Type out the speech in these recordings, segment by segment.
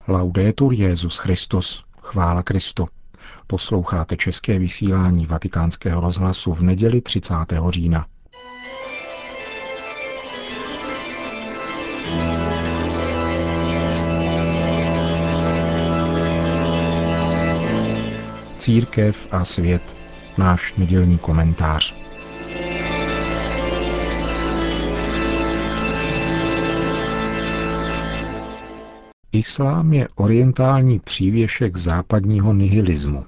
Laudetur Jesus Christus, chvála Kristu. Posloucháte české vysílání Vatikánského rozhlasu v neděli 30. října. Církev a svět, náš nedělní komentář. Islám je orientální přívěšek západního nihilismu.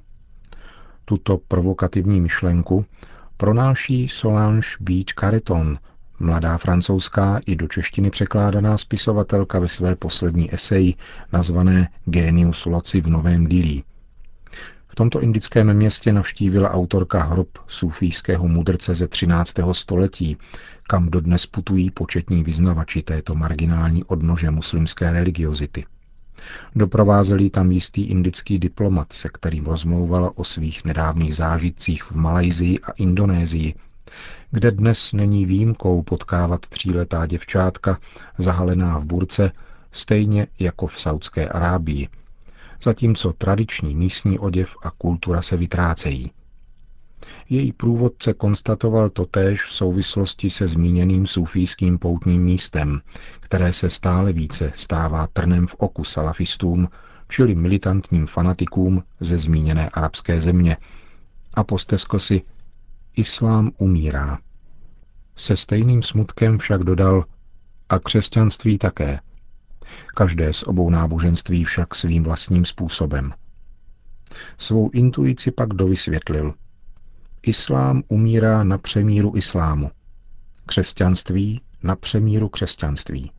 Tuto provokativní myšlenku pronáší Solange Beach-Carreton, mladá francouzská i do češtiny překládaná spisovatelka ve své poslední eseji nazvané Genius loci v Novém Dilí. V tomto indickém městě navštívila autorka hrob sufijského mudrce ze 13. století, kam dodnes putují početní vyznavači této marginální odnože muslimské religiozity. Doprovázel ji tam jistý indický diplomat, se kterým rozmlouvala o svých nedávných zážitcích v Malajsii a Indonésii, kde dnes není výjimkou potkávat 3letá děvčátka zahalená v burce, stejně jako v Saudské Arábii, zatímco tradiční místní oděv a kultura se vytrácejí. Její průvodce konstatoval totéž v souvislosti se zmíněným sufijským poutním místem, které se stále více stává trnem v oku salafistům, čili militantním fanatikům ze zmíněné arabské země, a posteskl si: Islám umírá. Se stejným smutkem však dodal: a křesťanství také. Každé z obou náboženství však svým vlastním způsobem. Svou intuici pak dovysvětlil: Islám umírá na přemíru islámu. Křesťanství na přemíru křesťanství.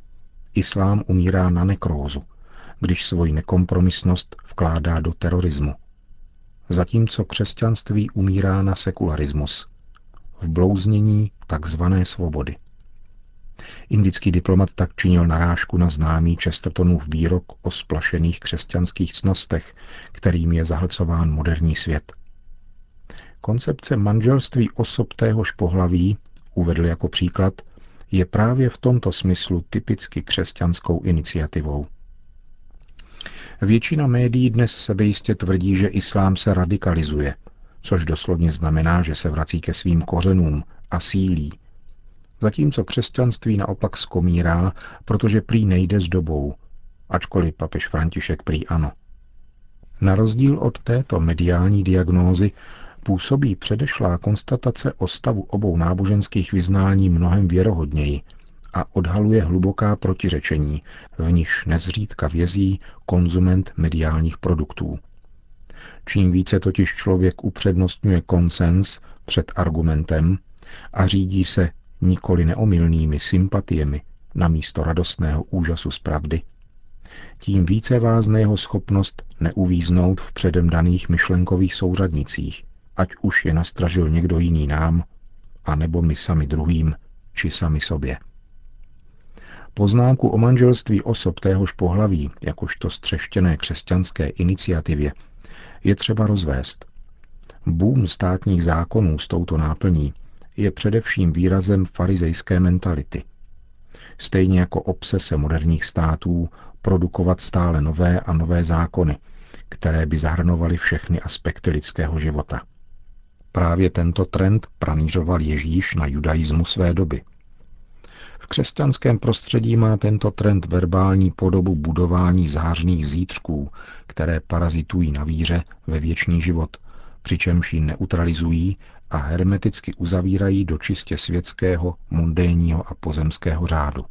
Islám umírá na nekrózu, když svoji nekompromisnost vkládá do terorismu. Zatímco křesťanství umírá na sekularismus, v blouznění takzvané svobody. Indický diplomat tak činil narážku na známý Chestertonův výrok o splašených křesťanských ctnostech, kterým je zahlcován moderní svět. Koncepce manželství osob téhož pohlaví, uvedl jako příklad, je právě v tomto smyslu typicky křesťanskou iniciativou. Většina médií dnes sebejistě tvrdí, že islám se radikalizuje, což doslovně znamená, že se vrací ke svým kořenům a sílí. Zatímco křesťanství naopak skomírá, protože prý nejde s dobou, ačkoliv papež František prý ano. Na rozdíl od této mediální diagnózy působí předešlá konstatace o stavu obou náboženských vyznání mnohem věrohodněji a odhaluje hluboká protiřečení, v nichž nezřídka vězí konzument mediálních produktů. Čím více totiž člověk upřednostňuje konsens před argumentem a řídí se nikoli neomylnými sympatiemi namísto radostného úžasu z pravdy, tím více vázne jeho schopnost neuvíznout v předem daných myšlenkových souřadnicích, ať už je nastražil někdo jiný nám, anebo my sami druhým, či sami sobě. Poznámku o manželství osob téhož pohlaví, jakožto střeštěné křesťanské iniciativě, je třeba rozvést. Boom státních zákonů s touto náplní je především výrazem farizejské mentality. Stejně jako obsese moderních států produkovat stále nové a nové zákony, které by zahrnovaly všechny aspekty lidského života. Právě tento trend pranířoval Ježíš na judaismu své doby. V křesťanském prostředí má tento trend verbální podobu budování zářných zítřků, které parazitují na víře ve věčný život, přičemž ji neutralizují a hermeticky uzavírají do čistě světského, mundénního a pozemského řádu.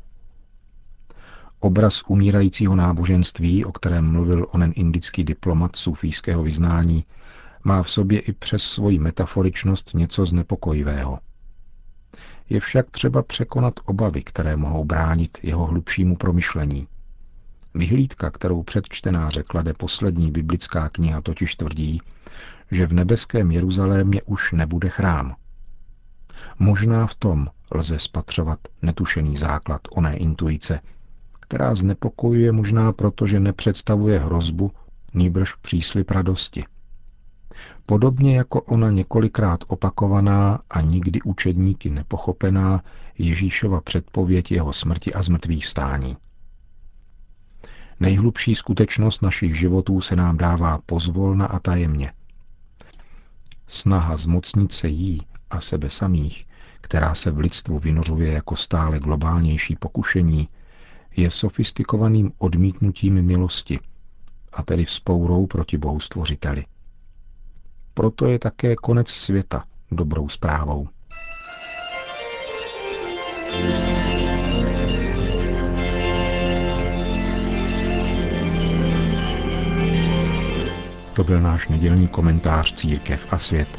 Obraz umírajícího náboženství, o kterém mluvil onen indický diplomat sufijského vyznání, má v sobě i přes svoji metaforičnost něco znepokojivého. Je však třeba překonat obavy, které mohou bránit jeho hlubšímu promyšlení. Vyhlídka, kterou před čtenáře klade poslední biblická kniha, totiž tvrdí, že v nebeském Jeruzalémě už nebude chrám. Možná v tom lze spatřovat netušený základ oné intuice, která znepokojuje možná proto, že nepředstavuje hrozbu, nýbrž příslib radosti. Podobně jako ona několikrát opakovaná a nikdy učedníky nepochopená Ježíšova předpověď jeho smrti a zmrtvýchvstání. Nejhlubší skutečnost našich životů se nám dává pozvolna a tajemně. Snaha zmocnit se jí a sebe samých, která se v lidstvu vynořuje jako stále globálnější pokušení, je sofistikovaným odmítnutím milosti, a tedy vzpourou proti Bohu Stvořiteli. Proto je také konec světa dobrou zprávou. To byl náš nedělní komentář Církev a svět.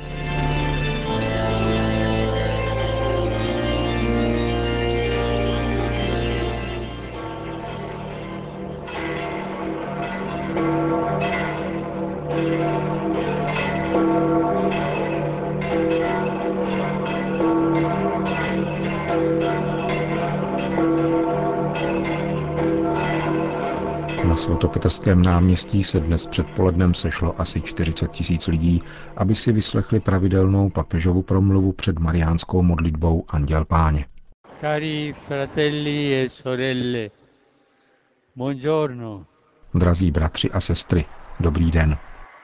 Na svatopetrském náměstí se dnes předpolednem sešlo asi 40 000 lidí, aby si vyslechli pravidelnou papežovu promluvu před mariánskou modlitbou Anděl Páně. Cari fratelli e sorelle, buongiorno. Drazí bratři a sestry, dobrý den.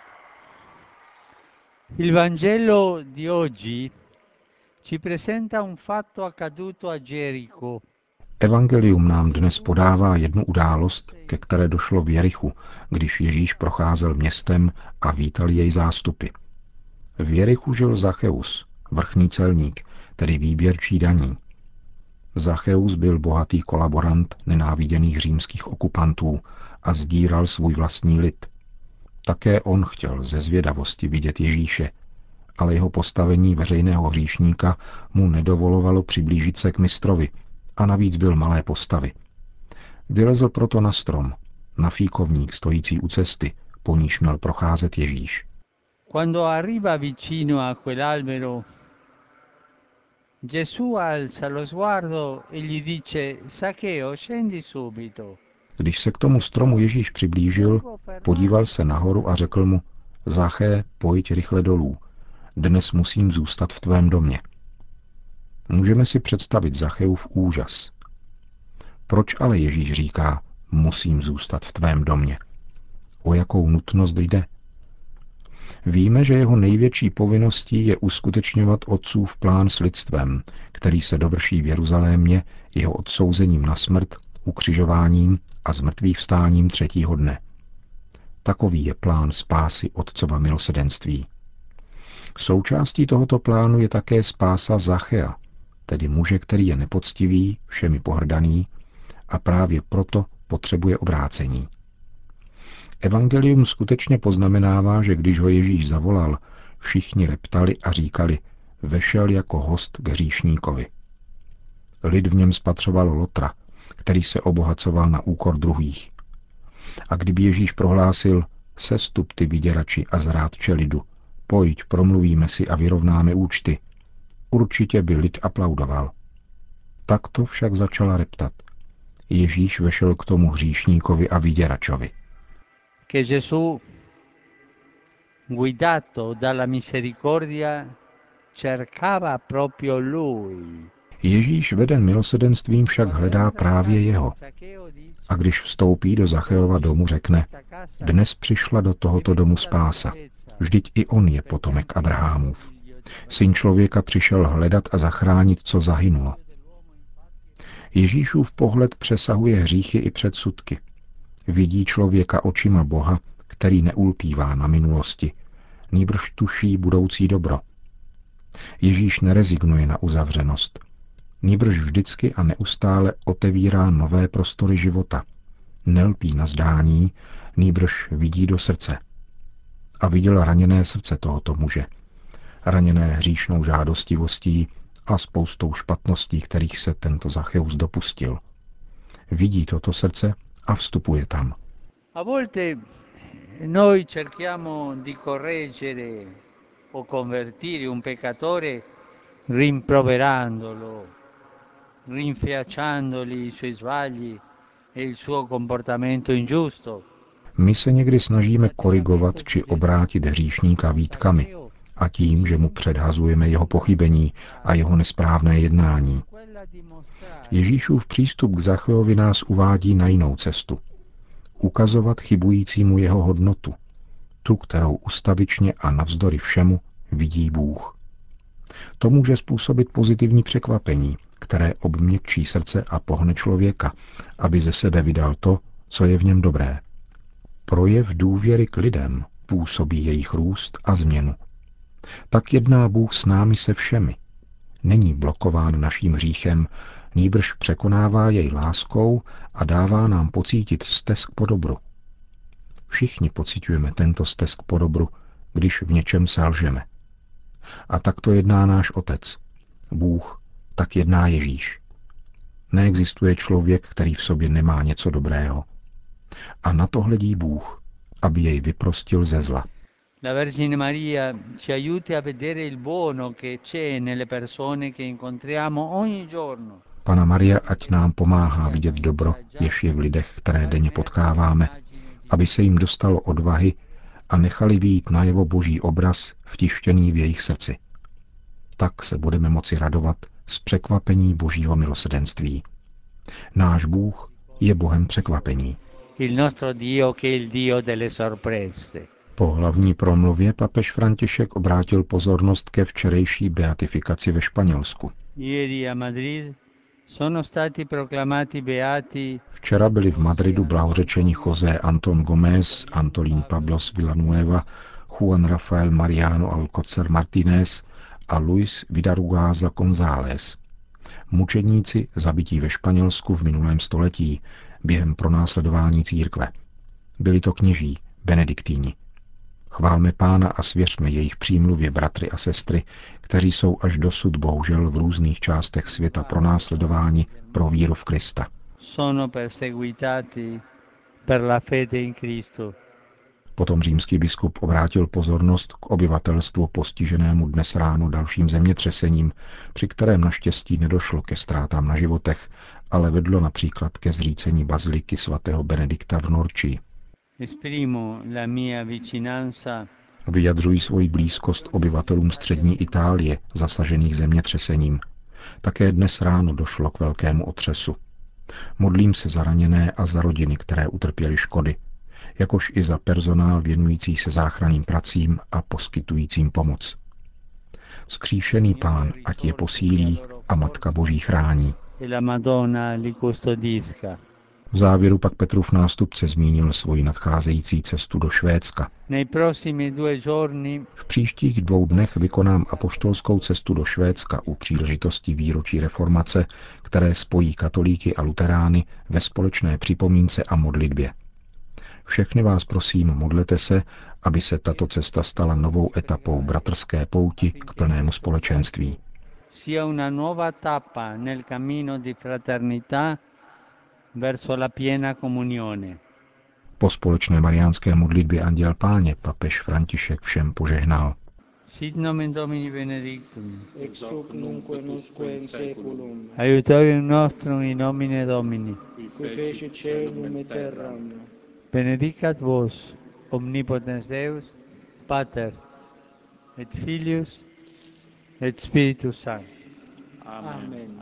Il Vangelo di oggi ci presenta un fatto accaduto a Gerico. Evangelium nám dnes podává jednu událost, ke které došlo v Jerichu, když Ježíš procházel městem a vítal jej zástupy. V Jerichu žil Zacheus, vrchní celník, tedy výběrčí daní. Zacheus byl bohatý kolaborant nenáviděných římských okupantů a sdíral svůj vlastní lid. Také on chtěl ze zvědavosti vidět Ježíše, ale jeho postavení veřejného hříšníka mu nedovolovalo přiblížit se k mistrovi a navíc byl malé postavy. Vylezl proto na strom, na fíkovník stojící u cesty, po níž měl procházet Ježíš. Quando arriva vicino a quell'albero, Gesù alza lo sguardo e gli dice: Zaccheo, scendi subito. Když se k tomu stromu Ježíš přiblížil, podíval se nahoru a řekl mu: Zaché, pojď rychle dolů, dnes musím zůstat v tvém domě. Můžeme si představit Zacheův úžas. Proč ale Ježíš říká, musím zůstat v tvém domě? O jakou nutnost jde? Víme, že jeho největší povinností je uskutečňovat otcův plán s lidstvem, který se dovrší v Jeruzalémě jeho odsouzením na smrt, ukřižováním a zmrtvých vstáním 3. dne. Takový je plán spásy otcova milosrdenství. Součástí tohoto plánu je také spása Zachea, tedy muže, který je nepoctivý, všemi pohrdaný a právě proto potřebuje obrácení. Evangelium skutečně poznamenává, že když ho Ježíš zavolal, všichni reptali a říkali, vešel jako host k hříšníkovi. Lid v něm spatřoval lotra, který se obohacoval na úkor druhých. A kdyby Ježíš prohlásil, sestup ty vyděrači a zrádče lidu, pojď, promluvíme si a vyrovnáme účty, určitě by lid aplaudoval. Takto však začala reptat. Ježíš vešel k tomu hříšníkovi a vyděračovi. Che Gesù, guidato dalla misericordia, cercava proprio lui. Ježíš veden milosrdenstvím však hledá právě jeho. A když vstoupí do Zacheova domu, řekne, dnes přišla do tohoto domu spása. Vždyť i on je potomek Abrahamův. Syn člověka přišel hledat a zachránit, co zahynulo. Ježíšův pohled přesahuje hříchy i předsudky. Vidí člověka očima Boha, který neulpívá na minulosti, nýbrž tuší budoucí dobro. Ježíš nerezignuje na uzavřenost, nýbrž vždycky a neustále otevírá nové prostory života. Nelpí na zdání, nýbrž vidí do srdce. A viděl raněné srdce tohoto muže, raněné hříšnou žádostivostí a spoustou špatností, kterých se tento Zacheus dopustil. Vidí toto srdce a vstupuje tam. A volte noi cerchiamo di correggere o convertire un peccatore rimproverandolo, rinfiacciandogli i suoi sbagli e il suo comportamento ingiusto. My se někdy snažíme korigovat či obrátit hříšníka výtkami a tím, že mu předhazujeme jeho pochybení a jeho nesprávné jednání. Ježíšův přístup k Zacheovi nás uvádí na jinou cestu. ukazovat chybujícímu jeho hodnotu, tu, kterou ustavičně a navzdory všemu vidí Bůh. To může způsobit pozitivní překvapení, které obměkčí srdce a pohne člověka, aby ze sebe vydal to, co je v něm dobré. Projev důvěry k lidem působí jejich růst a změnu. Tak jedná Bůh s námi se všemi. Není blokován naším hříchem, nýbrž překonává jej láskou a dává nám pocítit stesk po dobru. Všichni pociťujeme tento stesk po dobru, když v něčem selžeme. A tak to jedná náš Otec. Bůh, tak jedná Ježíš. Neexistuje člověk, který v sobě nemá něco dobrého. A na to hledí Bůh, aby jej vyprostil ze zla. La Vergine Maria ci aiuti a vedere il buono che c'è nelle persone che incontriamo ogni giorno. Panna Maria ať nám pomáhá vidět dobro, jež je v lidech, které denně potkáváme, aby se jim dostalo odvahy a nechali vyjít najevo Boží obraz vtištěný v jejich srdci. Tak se budeme moci radovat z překvapení Božího milosrdenství. Náš Bůh je Bohem překvapení. Il nostro Dio che è il Dio delle sorprese. Po hlavní promluvě papež František obrátil pozornost ke včerejší beatifikaci ve Španělsku. Ieri a Madrid sono stati proclamati beati Včera byli v Madridu blahořečeni José Antón Gómez, Antolín Pablos Villanueva, Juan Rafael Mariano Alcocer Martínez a Luis Vidarugaza González. Mučedníci zabití ve Španělsku v minulém století během pronásledování církve. Byli to kněží, benediktíni. Chválme Pána a svěřme jejich přímluvě bratry a sestry, kteří jsou až dosud bohužel v různých částech světa pronásledováni pro víru v Krista. sono perseguitati per la fede in Cristo. Potom římský biskup obrátil pozornost k obyvatelstvu postiženému dnes ráno dalším zemětřesením, při kterém naštěstí nedošlo ke ztrátám na životech, ale vedlo například ke zřícení baziliky svatého Benedikta v Norči. Esprimo la mia vicinanza Vyjadřují svoji blízkost obyvatelům střední Itálie, zasažených zemětřesením. Také dnes ráno došlo k velkému otřesu. Modlím se za raněné a za rodiny, které utrpěly škody, jakož i za personál věnující se záchranným pracím a poskytujícím pomoc. Vzkříšený Pán ať je posílí a Matka Boží chrání. e la Madonna li custodisca. V závěru pak Petrův nástupce zmínil svoji nadcházející cestu do Švédska. Nei prossimi 2 giorni V příštích 2 dnech vykonám apoštolskou cestu do Švédska u příležitosti výročí reformace, které spojí katolíky a luterány ve společné připomínce a modlitbě. Všechny vás prosím, modlete se, aby se tato cesta stala novou etapou bratrské pouti k plnému společenství. sia una nuova tappa nel cammino di fraternità verso la piena comunione. Po společné mariánské modlitbě Anděl Páně papež František všem požehnal. Sit nomen Domini benedictum. Ex hoc nunc et usque in seculum, Aiutorium nostrum in nomine Domini. qui fecit caelum et terram, Benedicat vos, omnipotens Deus, Pater, et Filius, et Spiritus Sanctus. Amen.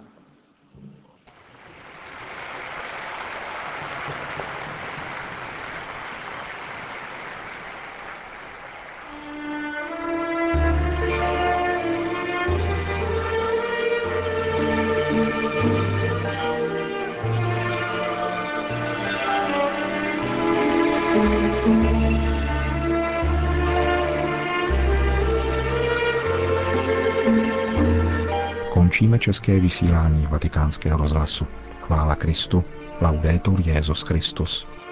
Končíme české vysílání Vatikánského rozhlasu. Chvála Kristu, laudetur Jesus Christus.